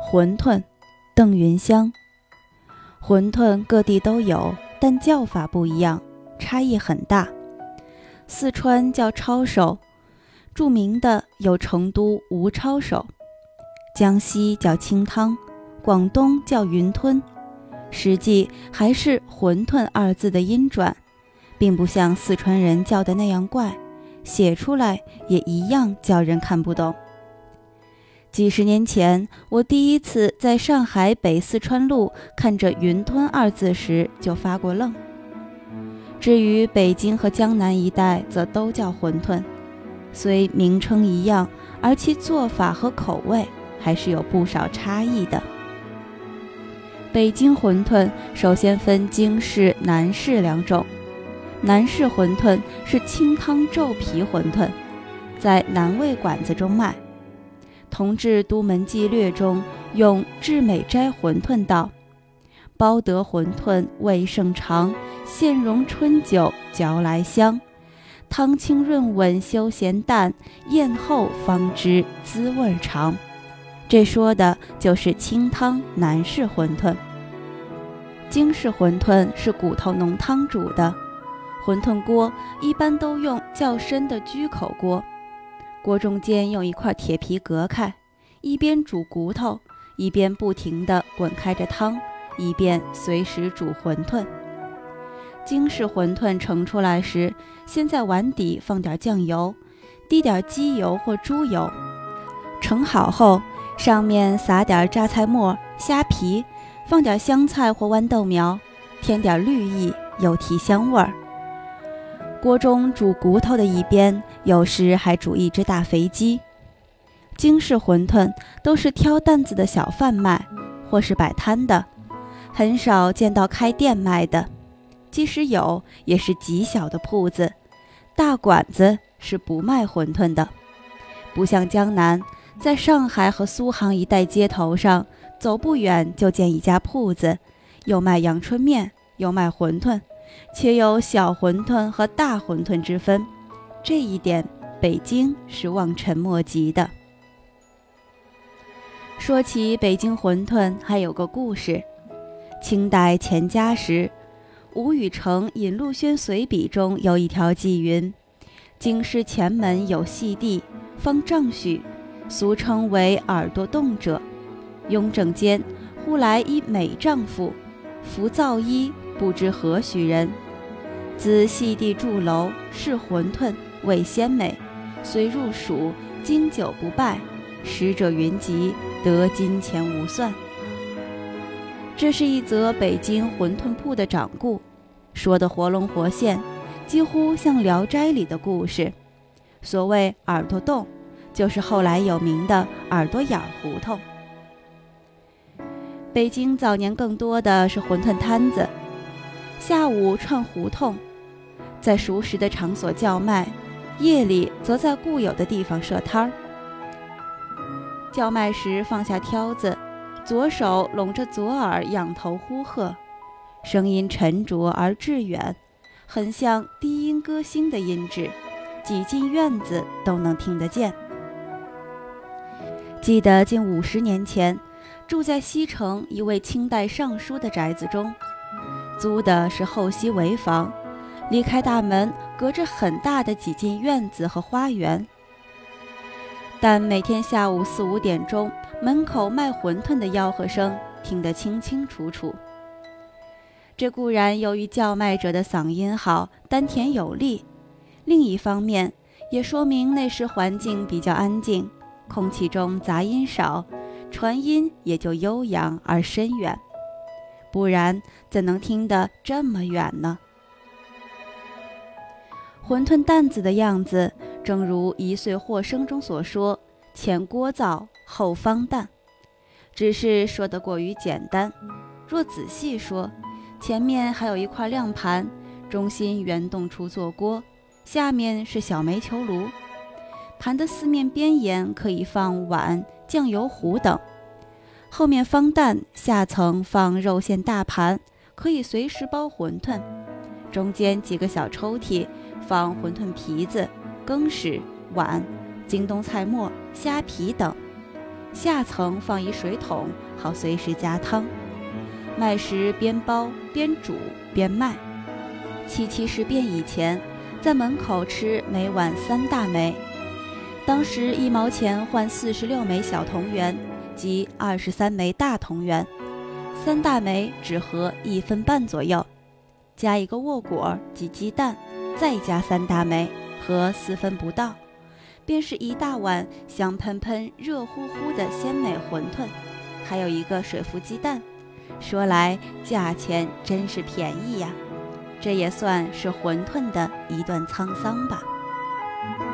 馄饨，邓云香。馄饨各地都有，但叫法不一样，差异很大。四川叫抄手，著名的有成都吴抄手，江西叫清汤，广东叫云吞，实际还是馄饨二字的音转，并不像四川人叫的那样怪，写出来也一样叫人看不懂。几十年前，我第一次在上海北四川路看着云吞二字时就发过愣。至于北京和江南一带则都叫馄饨，虽名称一样，而其做法和口味还是有不少差异的。北京馄饨首先分京式、南式两种。南式馄饨是清汤皱皮馄饨，在南味馆子中卖。同治都门纪略中用至美斋馄饨道：包得馄饨味胜长，现融春酒嚼来香，汤清润稳休咸淡，咽后方知滋味长。这说的就是清汤南式馄饨。京式馄饨是骨头浓汤煮的，馄饨锅一般都用较深的居口锅，锅中间用一块铁皮隔开，一边煮骨头，一边不停地滚开着汤，以便随时煮馄饨。京式馄饨盛出来时，先在碗底放点酱油，滴点鸡油或猪油，盛好后上面撒点榨菜末、虾皮，放点香菜或豌豆苗，添点绿意，又提香味儿。锅中煮骨头的一边，有时还煮一只大肥鸡。京式馄饨都是挑担子的小贩卖，或是摆摊的，很少见到开店卖的，即使有，也是极小的铺子，大馆子是不卖馄饨的。不像江南，在上海和苏杭一带街头上，走不远就见一家铺子，又卖阳春面，又卖馄饨，且有小馄饨和大馄饨之分，这一点北京是望尘莫及的。说起北京馄饨，还有个故事。清代乾嘉时，吴宇成《引陆轩随笔》中有一条记云：京师前门有细地，方丈许，俗称为耳朵洞者。雍正间，忽来一美丈夫，服皂衣，不知何许人。自细地筑楼，是馄饨，味鲜美，虽入蜀，经久不败，食者云集，得金钱无算。这是一则北京馄饨铺的掌故，说得活龙活现，几乎像《聊斋》里的故事。所谓耳朵洞，就是后来有名的耳朵眼胡同。北京早年更多的是馄饨摊子，下午串胡同，在熟识的场所叫卖，夜里则在固有的地方设摊儿。叫卖时放下挑子，左手拢着左耳，仰头呼喝，声音沉着而致远，很像低音歌星的音质，挤进院子都能听得见。记得近50年前，住在西城一位清代尚书的宅子中，租的是后西围房，离开大门隔着很大的几进院子和花园。但每天下午4、5点钟，门口卖馄饨的吆喝声听得清清楚楚。这固然由于叫卖者的嗓音好，丹田有力，另一方面也说明那时环境比较安静，空气中杂音少，传音也就悠扬而深远，不然怎能听得这么远呢？馄饨担子的样子，正如一岁获生中所说，前锅灶后方担，只是说得过于简单。若仔细说，前面还有一块亮盘，中心圆洞处做锅，下面是小煤球炉，盘的四面边沿可以放碗、酱油壶等，后面方担，下层放肉馅大盘，可以随时包馄饨，中间几个小抽屉放馄饨皮子、羹匙、碗、京东菜末、虾皮等， 下层放一水桶，好随时加汤。卖时边包边煮边卖。77事变以前，在门口吃每碗3大枚，当时1毛钱换46枚小同元，即23枚大同元。3大枚只合1分半左右，加一个沃果及鸡蛋，再加3大枚，合4分不到，便是一大碗香喷喷、热乎乎的鲜美馄饨，还有一个水浮鸡蛋。说来价钱真是便宜呀，这也算是馄饨的一段沧桑吧。